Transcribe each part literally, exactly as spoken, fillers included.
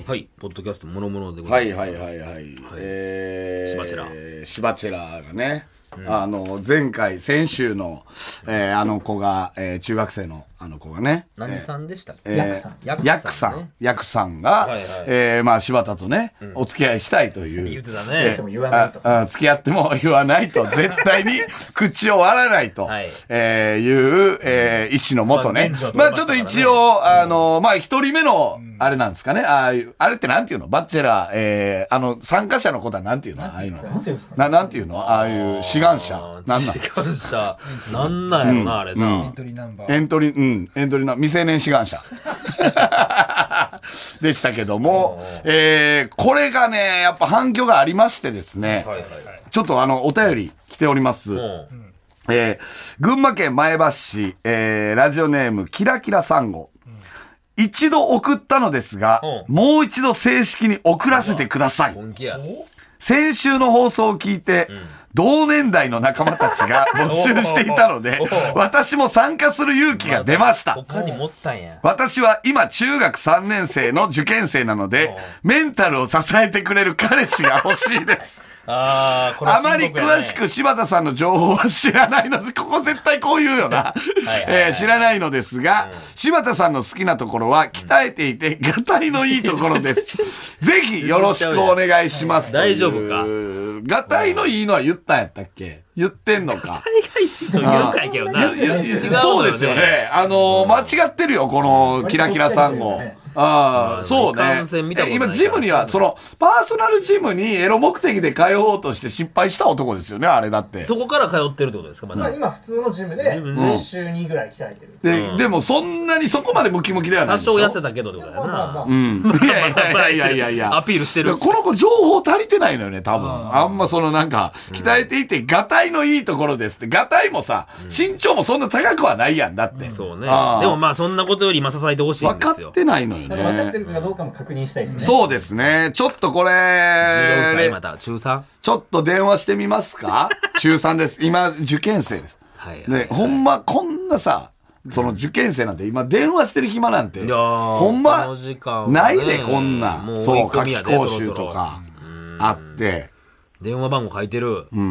はい、ポッドキャストもろもろでございます。 はいはいはいはい。はい、えー、 シバチェラー。 シバチェラーがね、うん、あの、前回、先週の、えー、あの子が、えー、中学生のあの子がね。 何さんでしたっけ、 えー、ヤクさん。ヤクさん。ヤクさんが、はいはい、えー、まあ、柴田とね、うん、お付き合いしたいという。 言ってたね。 えー、ああ付き合っても言わないと、絶対に口を割らないと、はい、えー、いう、えー、意思のもとね。まあ、まあ、ちょっと一応、あの、まあ、一人目の、あれなんですかね。ああいう、あれってなんていうのバチェラー、えー、あの、参加者のことはなんていうのああいうの。なんていうんですか、ね、な、なんていうのああいう志願者。なんなん志願者。なんなんやろな、うん、あれな、うん。 エントリーナンバー。 エントリー、うん、エントリーナ、未成年志願者。でしたけども、えー、これがね、やっぱ反響がありましてですね。はいはいはい、ちょっとあの、お便り来ております。えー、群馬県前橋市、えー、ラジオネーム、キラキラサンゴ。一度送ったのですが、うん、もう一度正式に送らせてください。先週の放送を聞いて、うん、同年代の仲間たちが募集していたので、私も参加する勇気が出ました。 他に持ったんや。 私は今中学さんねん生の受験生なので、メンタルを支えてくれる彼氏が欲しいです。 あ, これ、 ね、あまり詳しく柴田さんの情報は知らないので、ここ絶対こう言うよな。はいはいはい、えー、知らないのですが、うん、柴田さんの好きなところは鍛えていて、がたいのいいところです。ぜひよろしくお願いします。 大丈夫か。 がたいのいいのは言ったんやったっけ言ってんのか。 がたいがいいの言うかいけどな。 そうですよね。あのー、間違ってるよ、このキラキラさんも。ああ、そうね。今、ジムには、その、パーソナルジムにエロ目的で通おうとして失敗した男ですよね、あれだって。 そこから通ってるってことですか、まだ。 今、普通のジムで、週にぐらい鍛えてる。 で、うん、でも、そんなにそこまでムキムキではないでしょ。 多少痩せたけどってことだよな。 うん。いやいやいやいやいや。 アピールしてる。 この子、情報足りてないのよね、多分。あんまそのなんか、鍛えていて、がたいのいいところですって。がたいもさ、身長もそんな高くはないやん、だって。 そうね。でもまあ、そんなことより今支えてほしいんですよ。 分かってないのよね。 分かってるかどうかも確認したいですね。 そうですね。ちょっとこれ、じゅうよんさいまた、中 さん? ちょっと電話してみますか中さんです。今、受験生です。はいはいはい、ね、ほんま、こんなさ、その受験生なんて、今電話してる暇なんて、ほんま、ないで、こんな。そう、夏期講習とか、あって。 電話番号書いてる。 うん。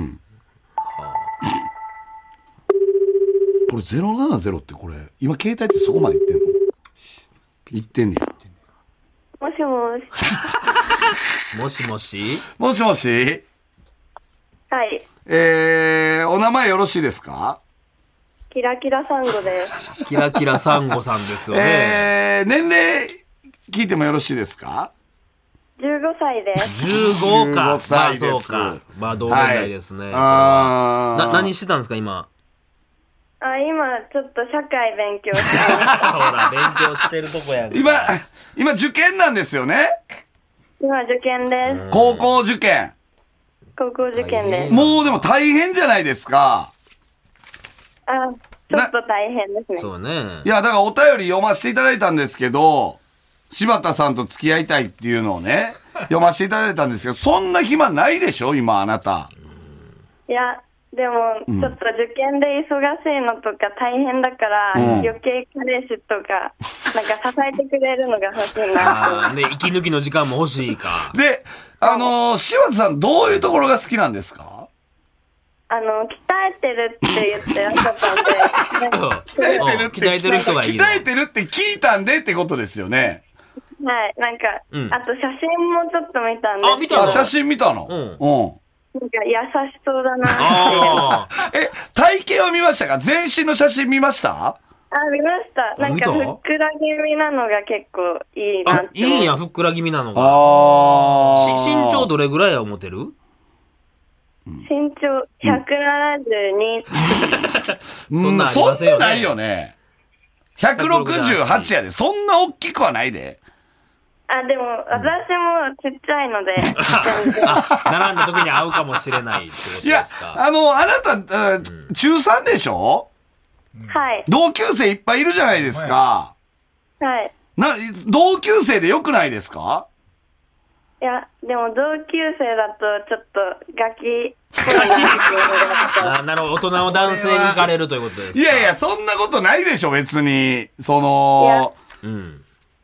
これゼロななゼロってこれ、今携帯ってそこまでいってんのいってんねや。 もしもし。 もしもしもしもしはい。 えー、お名前よろしいですか？ キラキラサンゴです。 キラキラサンゴさんですよね。 えー、年齢聞いてもよろしいですか？ じゅうごさいです。 じゅうごか。 じゅうごさいです。 まあそうか。まあ同年代ですね。はい、 あな何してたんですか今？ あ、今ちょっと社会勉強してます。 ほら勉強してるとこやん。 今今受験なんですよね。 今受験です。 高校受験。 高校受験です。 もうでも大変じゃないですか。 あ、ちょっと大変ですね。 そうね。 いやだからお便り読ませていただいたんですけど、柴田さんと付き合いたいっていうのをね読ませていただいたんですけど、そんな暇ないでしょ今あなた。 いや。でも、うん、ちょっと受験で忙しいのとか大変だから、うん、余計彼氏とか、なんか支えてくれるのが欲しいな。 あね、息抜きの時間も欲しいか。 で、あのー、柴田さんどういうところが好きなんですか？ あの、鍛えてるって言ってらっしゃったんで。 鍛えてるって。 鍛えてる人がいい。 鍛えてるって聞いたんでってことですよね。 はい、なんか、うん、あと写真もちょっと見たんで。 あ、見たの？ あ、写真見たの？うん。うん。 なんか優しそうだなって。え、体型は見ましたか？全身の写真見ました？ あ、見ました。なんかふっくら気味なのが結構いいなって。 いいんや、ふっくら気味なのが。 あ身長どれぐらいは思ってる？ 身長ひゃくななじゅうに。 そんなありませんよね。 そんなないよね。ひゃくろくじゅうはちやで。そんな大きくはないで。あ、 でも、私もちっちゃいので。 あ、並んだ時に会うかもしれないってことですか？ いや、あの、あなた、うん、中さんでしょ？ はい。 同級生いっぱいいるじゃないですか。 はい。 な、同級生でよくないですか？ いや、でも同級生だとちょっとガキあ、なるほど。大人の男性に行かれるということですか？ いやいや、そんなことないでしょ、別に。その、 うん。 な、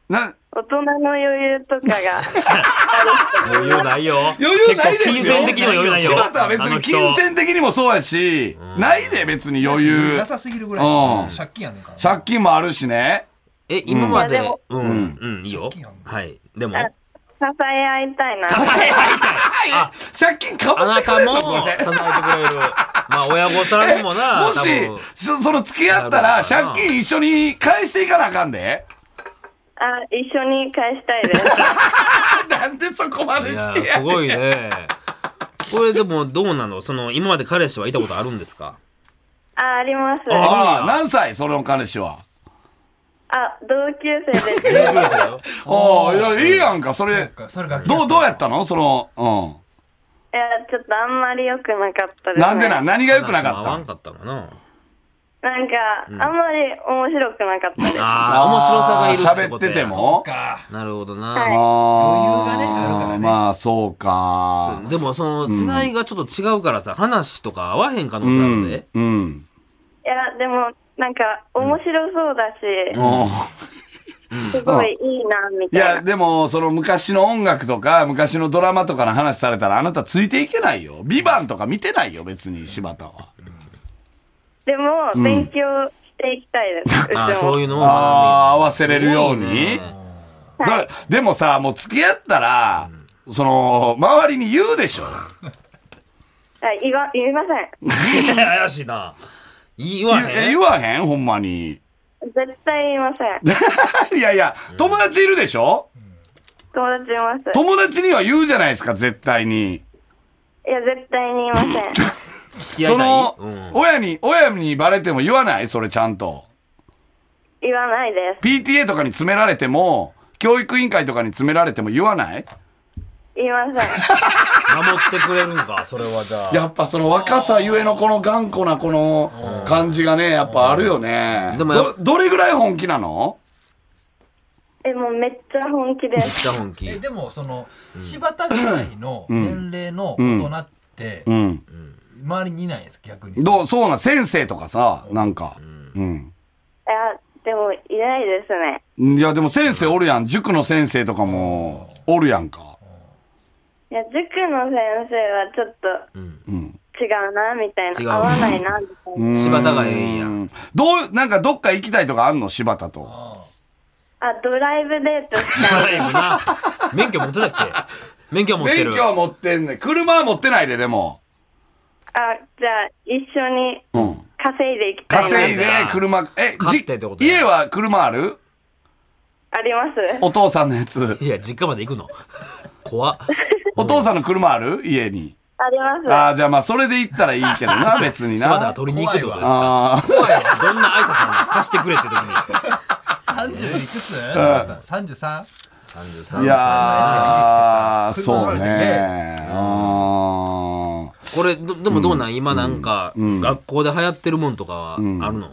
大人の余裕とかが余裕ないよ。 余裕ないですよ。 金銭的にも余裕ないよ。 柴田は別に金銭的にもそうやし、ないで別に余裕。 なさすぎるぐらい。 うん借金やねんから。 借金もあるしね。 え、今まで、 ううん、うん、いいよ。はい。でも、 支え合いたいな。 支え合いたい。あ、 借金かぶあなってくれるのたもこれ支えてくれる。まあ、親御さんもな、 もし、そその付き合ったら借金一緒に返していかなあかんで。 あ、一緒に返したいです。 なんでそこまでいやしてやすごいね。これでもどうなの？その、今まで彼氏はいたことあるんですか？ あ、あります。 ああ、何歳その彼氏は。 あ、同級生です。 大丈夫ですよ。 ああ、いや、いいやんか、それ。 それがどう、どうやったのその、ういや、ちょっとあんまり良くなかったでん。 す、ね。 なんでなん何が良くなかったん話も合わんかったのかな。 なんか、あんまり面白くなかったです。 ああ、面白さがいるって喋ってことやてもか。 なるほどな。 はいああ、 余裕がねあるからねまあ、そうか。 でもその世代がちょっと違うからさ、話とか合わへん可能性あるで。 うん。 いや、でも、なんか、面白そうだし、 うんすごいいいな、みいや、 たいな。 でも、その昔の音楽とか、昔のドラマとかの話されたら、あなたついていけないよ。ビバンとか見てないよ、別に、柴田は。 でも、勉強していきたいです。うちも。 ああ、そういうのもああ、合わせれるように。 すごいねそれ、でもさ、もう付き合ったら、その、周りに言うでしょ。 あ言わ、言いません。 怪しいな。言わ言えへん。 言わへんほんまに。 絶対言いません。 いやいや、友達いるでしょ友達います。 友達には言うじゃないですか、絶対に。 いや、絶対に言いません。 付き合いたい。 その、 うん親に、親にバレても言わないそれちゃんと。 言わないです。 ピーティーエー とかに詰められても、教育委員会とかに詰められても言わない言いません。 守ってくれるんか、それはじゃあ。 やっぱその若さゆえのこの頑固なこの感じがね、やっぱあるよね。 でもやっど、どれぐらい本気なのえ、もうめっちゃ本気です。 めっちゃ本気。 え、でも、その、柴田ぐらいの年齢の大人って、 うん。 周りにいないんです、逆に。 どう、そうなん、先生とかさ、なんか。うん。 いや、でも、いないですね。 いや、でも先生おるやん。塾の先生とかも、おるやんか。 いや、塾の先生はちょっとうん。 違うな、みたい違うな。合わないな、みたいな。 柴田がええんや。 うんどう、なんかどっか行きたいとかあんの柴田と。 あ、ドライブデートしたい。 ドライブな。免許持ってたっけ？免許持ってる。 免許は持ってんねん。車は持ってないで、でも。 あ、じゃあ、一緒にうん。 稼いでいきたいな。 稼いで、車、え、 買じってってことや家は車あるあります。 お父さんのやつ。 いや、実家まで行くの。怖っ。 お父さんの車ある家に。 あります。 ああ、じゃあまあ、それで行ったらいいけどな、別にな。 柴田が取りに行くってことですか？ ああ。 どんな挨拶なの？貸してくれって時に。 さんじゅういくつ ?さんじゅうさん? さんじゅうさんいやー、そう車乗れてね。あこれ、どでもどうなん今なんか、学校で流行ってるもんとかはあるの？ 流行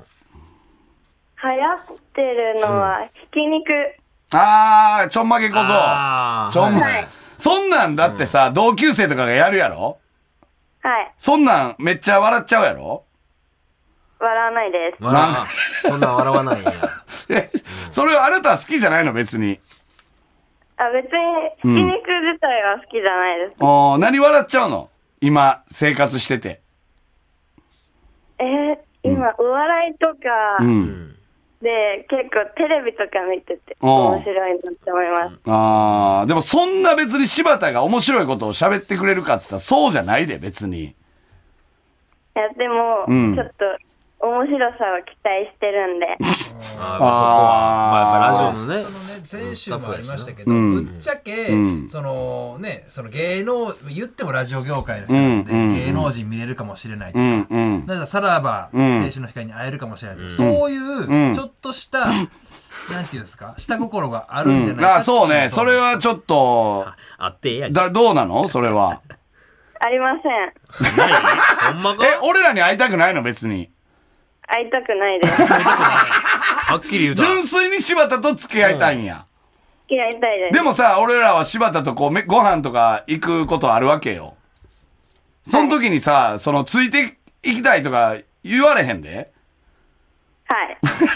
ってるのは、ひき肉。 ーあー、ちょんまげこあーそ。ちょんまはい。 そんなんだってさ、同級生とかがやるやろはい。 そんなんめっちゃ笑っちゃうやろ笑わないです。 笑わそんなん笑わないんや。 え、それをあなたは好きじゃないの別に。 あ、別に、ひき肉自体は好きじゃないです。 おー何笑っちゃうの今、生活してて。 えー今、お笑いとかうん。 で、結構テレビとか見てて、 うん面白いなって思います。 あー、でもそんな別に柴田が面白いことを喋ってくれるかって言ったらそうじゃないで、別に。 いや、でも、 うんちょっと、面白さを期待してるんで。 あーそこは、まあ、やっぱラジオのね。 そのね、先週もありましたけど、 うんぶっちゃけ、 うんそのね、その芸能、言ってもラジオ業界の人なんで、 うん芸能人見れるかもしれないとか、 うん、うん。 なんかさらば、 ん青春の光に会えるかもしれないとか、そういう、ちょっとした、なんていうんですか、下心があるんじゃないかあ、そうね。それはちょっと、 あってええやん。 だ、どうなのそれは。 ありません。 ないほんまか？ え、俺らに会いたくないの別に。 会いたくないです。 はっきり言うた。 純粋に柴田と付き合いたいんや。 付き合いたいです。 でもさ、俺らは柴田とこうめ、ご飯とか行くことあるわけよ。その時にさ、その、ついて行きたいとか言われへんで。 はい。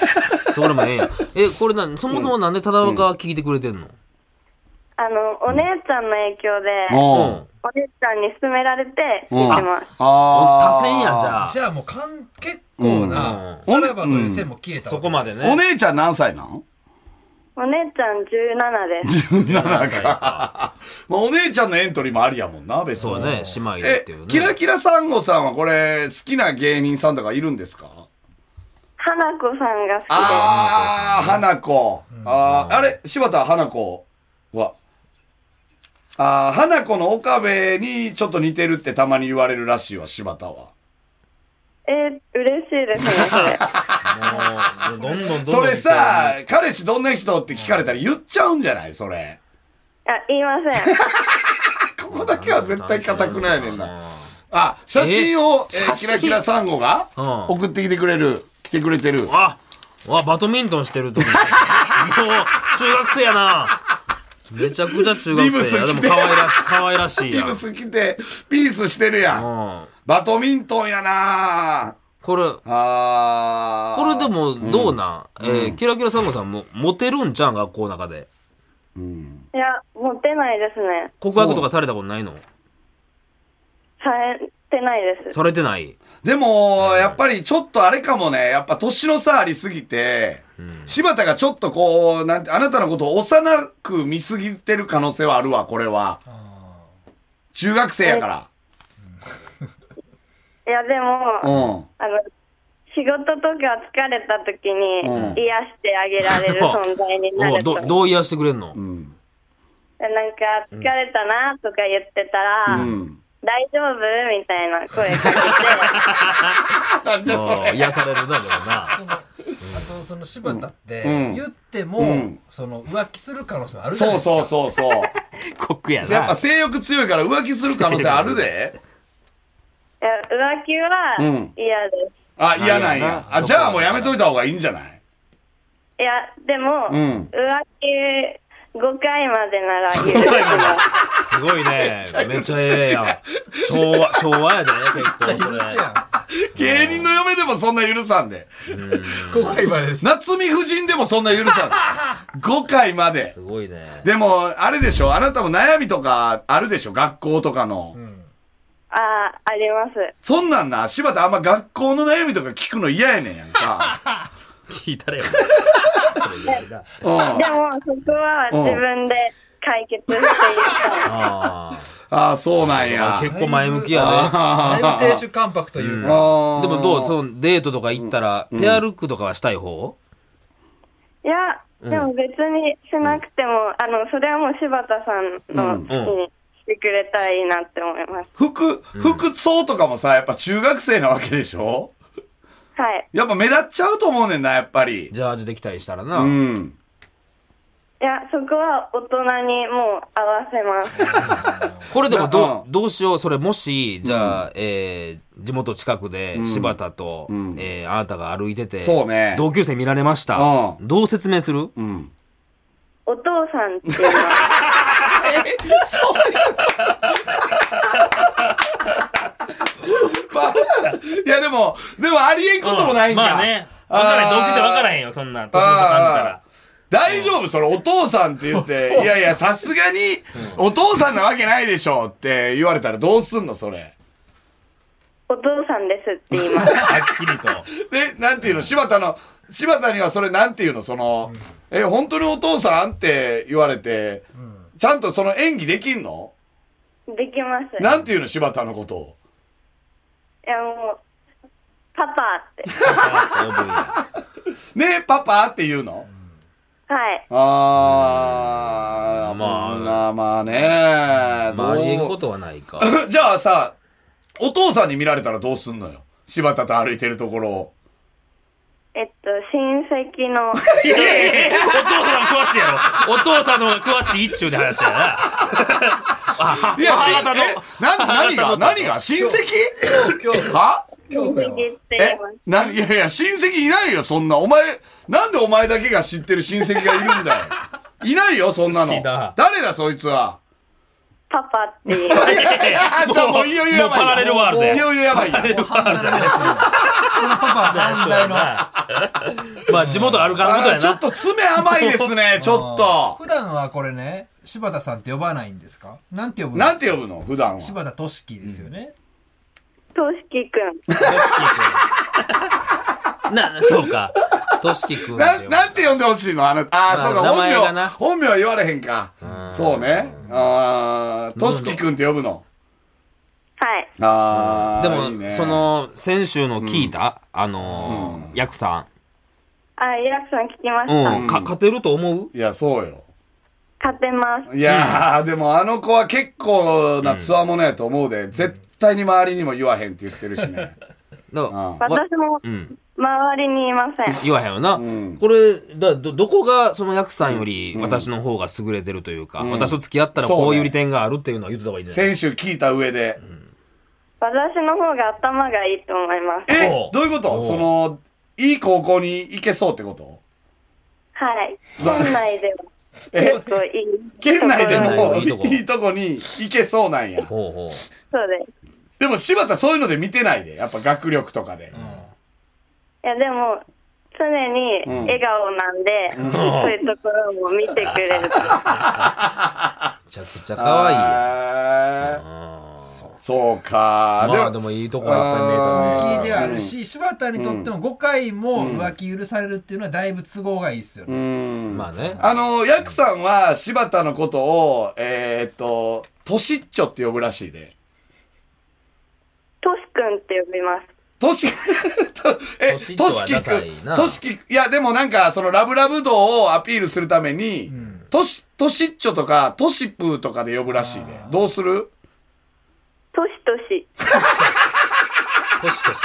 それもええやん。え、これな、そもそもなんでただわか聞いてくれてんの？ あの、お姉ちゃんの影響で、 うん。 お姉ちゃんに勧められて聞いてます。 あ多選や、じゃあ。 じゃあもうかん結構な、 うんさらばという線も消えたわけ。 そこまでおね。 姉ちゃん何歳なんお姉ちゃんじゅうななです。 じゅうななか。まあお姉ちゃんのエントリーもありやもんな、別に。 そうね、姉妹でえっていうね。、 キラキラサンゴさんはこれ、好きな芸人さんとかいるんですか？ 花子さんが好きあー、花子。あー、あれ、柴田花子は。あー、花子の岡部にちょっと似てるってたまに言われるらしいわ、柴田は。 で。え、嬉しいですね、それ。 もう、どんどんどんどん。 それさ、彼氏どんな人って聞かれたら言っちゃうんじゃないそれ。 あ、言いません。 ここだけは絶対固くないねんな。あ、写真を、えー、キラキラサンゴがうん送ってきてくれる。来てくれてる。 あ、わ、バドミントンしてる時に。もう、中学生やな。めちゃくちゃ中学生や。でも可愛らしい、可愛らしいやん。 ビブス着て、ピースしてるやん。 うん。 バドミントンやなこれ、 あー。 これでもどうなん、えーキラキラサンゴさんもモテるんちゃうん学校の中で。 いや、モテないですね。 告白とかされたことないの？ されてないです。 されてない。 でも、やっぱりちょっとあれかもね、やっぱ年の差ありすぎて、柴田がちょっとこう、なんて、あなたのことを幼く見すぎてる可能性はあるわ、これは。中学生やから。 いや、でも、 うん。 あの、仕事とか疲れた時にうん癒してあげられる存在になおると。 どどう癒してくれんの？ うん。 なんか、疲れたなとか言ってたら、 うん。 大丈夫みたいな声かなんじゃそれ。 お癒されるな、でもな。 そのあとその柴田ってうん言っても、 うんその浮気する可能性もあるじゃないそうですか。 そうそうそう。 酷やな。 やっぱ性欲強いから浮気する可能性あるで。 けて、いや、浮気はうん嫌です。 あ、嫌なんや。あ、じゃあもうやめといた方がいいんじゃないいや、でも、 うん浮気ごかいまでなら許します。 すごいね。めっちゃええやん。昭和、昭和やで、結構それ。 許すや芸人の嫁でもそんな許さんで。 ん。ここ今で。 夏美夫人でもそんな許さんで。ごかいまで。 すごいね。 でも、あれでしょあなたも悩みとかあるでしょ学校とかの。 ああ、あります。 そんなんな、柴田あんま学校の悩みとか聞くの嫌やねんやんか。 聞いたらよ。それ嫌だ。 うん。 でも、そこは自分で解決していきたい。 あああ、そうなんあ。 や。 結構前向きやで。 だいぶ亭主関白というか。 あーでもどうそのデートとか行ったら、ペアルックとかはしたい方？ いや、でも別にしなくても、あの、それはもう柴田さんの好きにしてくれたらいいなって思います。 服、服装とかもさ、やっぱ中学生なわけでしょはい。 やっぱ目立っちゃうと思うねんな、やっぱり。 ジャージできたりしたらな。 うん。 いや、そこは大人にもう合わせます。 これでもどなう、どうしよう。それもし、じゃあ、えー、地元近くで柴田と、えー、あなたが歩いてて、 そうね同級生見られました。 うどう説明する？ うん。 お父さんっていうのは、 まあ、いやでも、でもありえんこともないんか。 まあね。わからへん。同級生わからへんよ、そんな。年の差感じたら。 大丈夫それお父さんって言って、いやいや、さすがに、お父さんなわけないでしょって言われたらどうすんのそれ。 お父さんですって言います。 はっきりと。 で、なんていうの柴田の、柴田にはそれなんていうのその、え、本当にお父さんって言われて、ちゃんとその演技できんのできます。いなんていうの柴田のことを。 や、もう、パパって。 ねえ、パパって言うのはい。 あー、 まあまあ、まあねまあ、ありえんどうことはないか。 じゃあさ、お父さんに見られたらどうすんのよ柴田と歩いてるところを。 えっと、親戚の、 お父さん詳しいやろ。お父さんの方が詳しい一中で話やな。あいや、しあなたのえな、何が何が親戚は親戚って言いえます。 な、いやいや、親戚いないよ、そんな。お前、なんでお前だけが知ってる親戚がいるんだよ。いないよ、そんなの不思議だ。 誰だ、そいつは。 パパって言います。 じゃあもういよいよやばいな。 もうパラレルワールドやいよいよやばいな。 もう犯罪の目ですよ。そのパパは犯罪の。 まあ地元あるからことやな。 ちょっと爪甘いですね、ちょっと。 普段はこれね、柴田さんって呼ばないんですか？なんて呼ぶの？ なんて呼ぶの普段は。 柴田俊樹ですよね。 としきくん。 としきくん。な、そうか。としきくん。 な、なんて呼んでほしいのあの、ああ、そうか、 名本名前がな、 本名は言われへんか。そうね。ああ、としきくんって呼ぶの。 はい。 ああ、 でもいいねそ、の先週の聞いた、あのー、ヤクさあ、イラクさん聞きましん。 た。 うん。か勝てると思う？ いや、そうよ。 勝てます。 いやー、でもあの子は結構なつわものやと思うで、絶対に周りにも言わへんって言ってるしね。 だうん私もうん。 周りにいません。 言わへんよな。 んこれ、だど、どこがそのヤクさんより私の方が優れてるというか、私と付き合ったらこういう利点があるっていうのは言ってた方がいいんじゃない？ 先週聞いた上で。 私の方が頭がいいと思います。 えおうどういうことおうその、いい高校に行けそうってことはい。県内では結構いい。 県内でところもいいとこいいとこに行けそうなんや。 ほうほう。 そうです。 でも柴田そういうので見てないで。やっぱ学力とかで。 いや、でも、常に笑顔なんで、そういうところも見てくれると。 めちゃくちゃ可愛いやん。 あーそうか。 まあでもいいとこやっぱり見えたね。 浮気ではあるし、柴田にとってもごかいも浮気許されるっていうのはだいぶ都合がいいっすようね。 ん。 まあね。 あの、ヤクさんは柴田のことを、えーっと、トシッチョって呼ぶらしいで。 トシくんって呼びます。 トシ、とえ、 トシッチョはトシキダサいなくん、トシキ、いやでもなんかそのラブラブ度をアピールするために、トシ、トシッチョとかトシプーとかで呼ぶらしいで。どうするトシトシ。 トシトシ。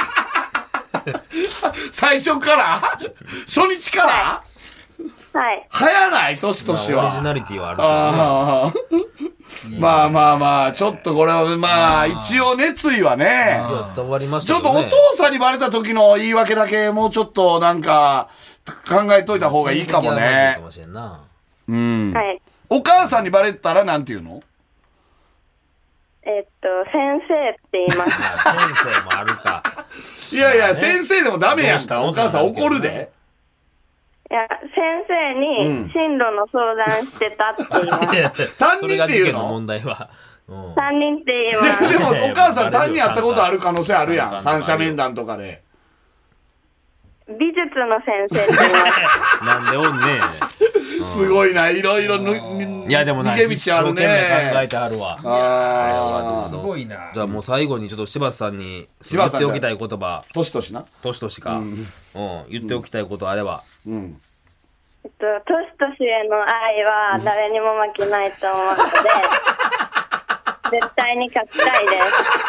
最初から初日からはい。 早ないトシトシまあオリジは。 ナリティはあるけどね。 あーまあまあまあ、ちょっとこれはまあ、一応熱意はね。 いや、伝わりましちょっとおたけどね。 父さんにバレた時の言い訳だけもうちょっとなんか考えといた方がいいかもかね。 もしれんな。 うん。 はい。 お母さんにバレたらなんて言うのえっと、先生って言います。 先生もあるか。 いやいや、先生でもダメやんか。 どうしたのお母さん怒るで。 いや、先生に進路の相談してたって言います。 担それ任っていうが事件の問の題は。うん。 担任って言います。 ででもお母さん担任やったことある可能性あるやん。 三三者面談とかで。 美術の先生って言います。 なんでおんねすごいな、いろいろぬいやでもな、 逃げ一道ある生懸命考えね。 てはるわ。 あすごいな。 じゃあもう最後にちょっと柴田さんに柴田さん言っておきたい言葉、 ー。年々な。 としとしか、うん、言っておきたいことあれば。 うん。 えっと、トシトシへの愛は誰にも負けないと思うので、絶対に勝ちたい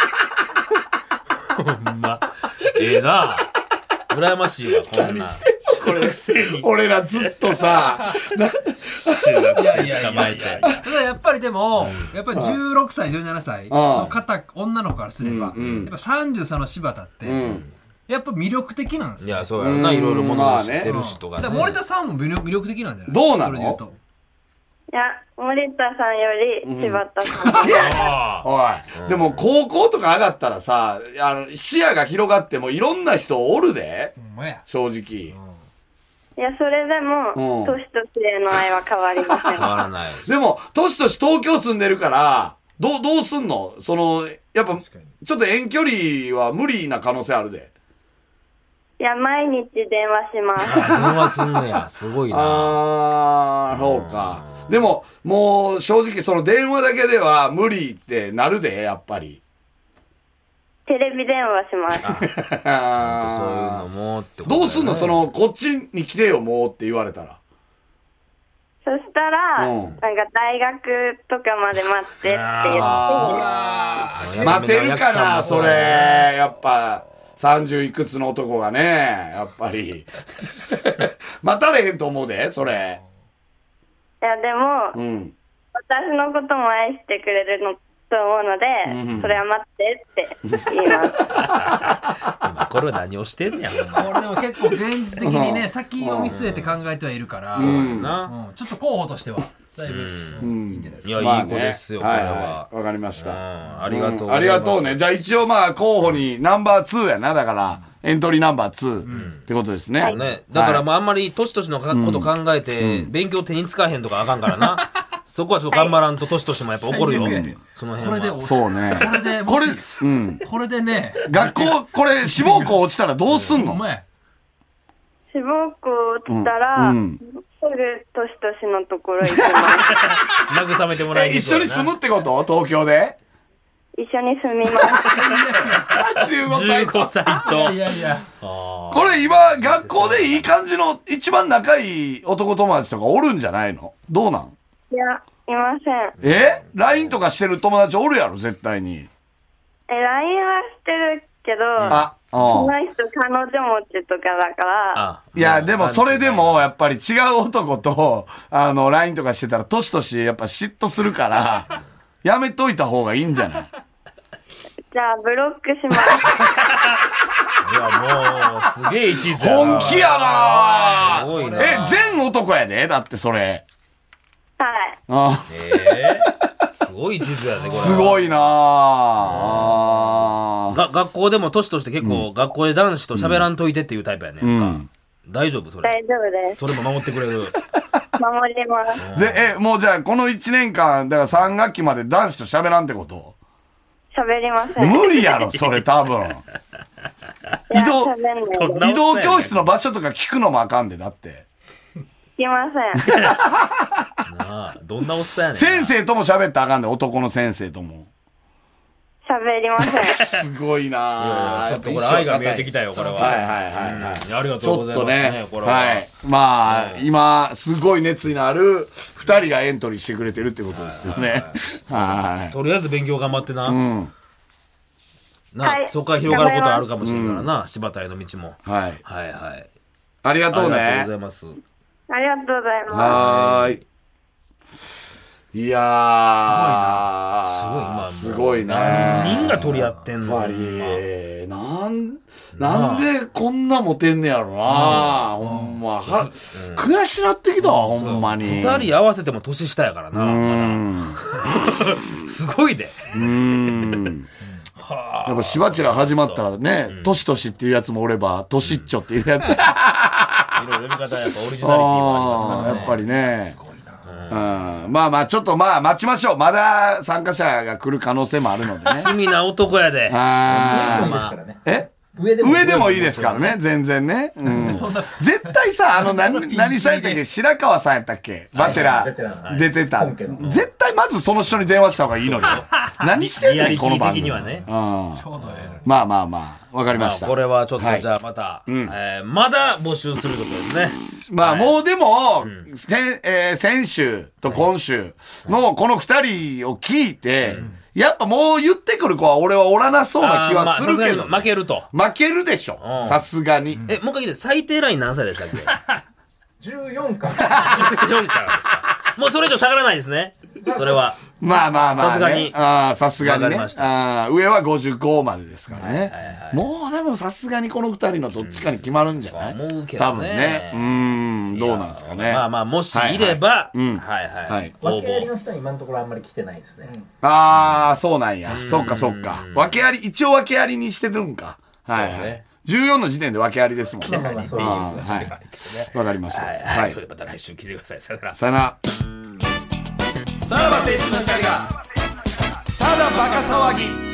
です。 ほんま。ええな。羨ましいわ、こんな。これくせに。 俺らずっとさ、な中学生捕まえて。 ただやっぱりでも、やっぱりじゅうろくさい、じゅうななさいの方、女の子からすれば、やっぱさんじゅうさんの柴田って、やっぱ魅力的なんですね。 いや、そうやろな。いろいろものを知ってるしとかね。 だから森田さんも魅力魅力的なんじゃない？ どうなのそれで言うと。 いや、森田さんより柴田さん。 ああ。 おい。でも高校とか上がったらさ、あの、視野が広がってもいろんな人おるで。 ほんまや。 正直。 いや、それでも、トシトシへの愛は変わりません。 変わらない。 でも、年々東京住んでるから、どう、どうすんのその、やっぱ、ちょっと遠距離は無理な可能性あるで。 いや、毎日電話します。 電話すんのや。すごいな。 あー、そうか。でも、もう正直その電話だけでは無理ってなるで、やっぱり。 テレビ電話します。 そういうのもってことだよねどうすんのその、こっちに来てよ、もうって言われたら。 そしたら、 うんなんか大学とかまで待ってって言って、 あー待てるかな、それ。やっぱ、さんじゅういくつの男がね、やっぱり。待たれへんと思うで、それ。 いや、でも、 うん。 私のことも愛してくれるのと思うので、 うんそれは待ってって言います。 今これは何をしてんねや、ほんま。 これでも結構現実的にね、先を見据えて考えてはいるから、 そうやな。 うんちょっと候補としてはだいぶいいんじゃないですか。 いや、 まあねいい子ですよ、これはいはは。 い。わかりました。 うんありがとうございます。 ありがとうね。じゃあ一応まあ候補にナンバーツーやな。だから、エントリーナンバーツーってことですね。 そうね。だからもうあんまり年々のかこと考えて、勉強手につかへんとかあかんからな。そこはちょっと頑張らんと年々もやっぱ怒るよ最悪やね。 その辺は。 これでそうね。 これでこれ、 もしうん。 これでね、 学校、これ志望校落ちたらどうすんの？ お前志望校落ちたら、 うんうんすぐ年々のところ行きます。 慰めてもらいえ、 に一緒に住むってこと東京で一緒に住みます。 じゅうごさいじゅうごさいいと。 やいや、 これ今、学校でいい感じの、一番仲いい男友達とかおるんじゃないの？どうなん？ いや、いません。 え ライン とかしてる友達おるやろ絶対に。 え、ライン はしてるけど、 あ、うん。 その人彼女持ちとかだから、 あいや、でもそれでも、やっぱり違う男と、あの、ライン とかしてたら、年々やっぱ嫉妬するから、やめといた方がいいんじゃないじゃあブロックします。 いや、もう、すげえ一途やな。 本気やなすごいな。 え、全男やでだってそれ。 はい。 あえーすごい一途やね、これ。 すごいなあが学校でも年として結構、学校で男子と喋らんといてっていうタイプやねんか。大丈夫それ。 大丈夫です。 それも守ってくれる。 守ります。 で、え、もうじゃあこのいちねんかん、だからさん学期まで男子と喋らんってこと喋りません。 無理やろ、それ多分。移動いや喋んないです。 な移動教室の場所とか聞くのもあかんで、だって。 聞きません。 なあ、どんなおっさんやねん。 先生とも喋ったらあかんで、男の先生とも。 喋りません。 すごいなぁ。 ちょっとこれ愛が見えてきたよ、これは。 はいはいはいはい。 いやありがちとうございますょっとねね、、これは。 はい。まあ、今、すごい熱意のある二人がエントリーしてくれてるってことですよね。はい。 とりあえず勉強頑張ってな。 うん。 な、 はいそこから広がることあるかもしれんからな、柴田への道も。 はい。 はいはい。 ありがとうありがとうねござ。います。 ありがとうございます。 はーい。いやー。 すごい今もうすごいね。 何人が取り合ってんのやっぱり、なん、なんでこんなモテんねやろな、ほんま。は、悔しなってきたわ、ほんまに。 二人合わせても年下やからな。 うまん。 だすごいで。 うん。やっぱしばちら始まったらね、としとしっていうやつもおれば、としっちょっていうやつ。 いろいろ読み方はやっぱオリジナリティもありますからね。 やっぱりね。うん、まあまあ、ちょっとまあ待ちましょう。まだ参加者が来る可能性もあるのでね。 趣味な男やで。 あいいですからね。 え上でも上でもいいですからね、全然ね。うん、 そんな絶対さ、あの、何、何さんやったっけ白川さんやったっけバチェラバチェラーー出てた本家の。 絶対まずその人に電話した方がいいのよ。何してんねん、 リアリティこの番組。 的にはね。 うん。 ちょうどええのにまあまあまあ、わかりました。 まあこれはちょっはいとじゃあまた、えーまだ募集するところですね。 まあもうでも、先えー先週と今週のこの二人を聞いて、やっぱもう言ってくる子は俺はおらなそうな気はするけど、 あーまあさすがに負けると。 負けるでしょう。んさすがに。 え、もう一回聞いて、最低ライン何歳でしたっけじゅうよんか。 よんからですか。もうそれ以上下がらないですね。それは。 まあまあまあ、ね。 さすがにああ、さすがにね。 わかりましたあー上はごじゅうごまでですからね。もうでもさすがにこの二人のどっちかに決まるんじゃない、 思うけどね多分ね。うーん、どうなんですかね。 まあまあ、もしいれば、 いうんはいはい。 はい応訳あり募。 の人は今のところあんまり来てないですね。 ああ、そうなんや。そっかそっか。訳あり、一応訳ありにしてるんか。はいはい。 そうねじゅうよんの時点で訳ありですもんね。 まあまあそうあですーはい。わかりました。 はいははいい。それではまた来週聞いてください。さよなら。 さよなら。さらば青春の光が、ただバカ騒ぎ。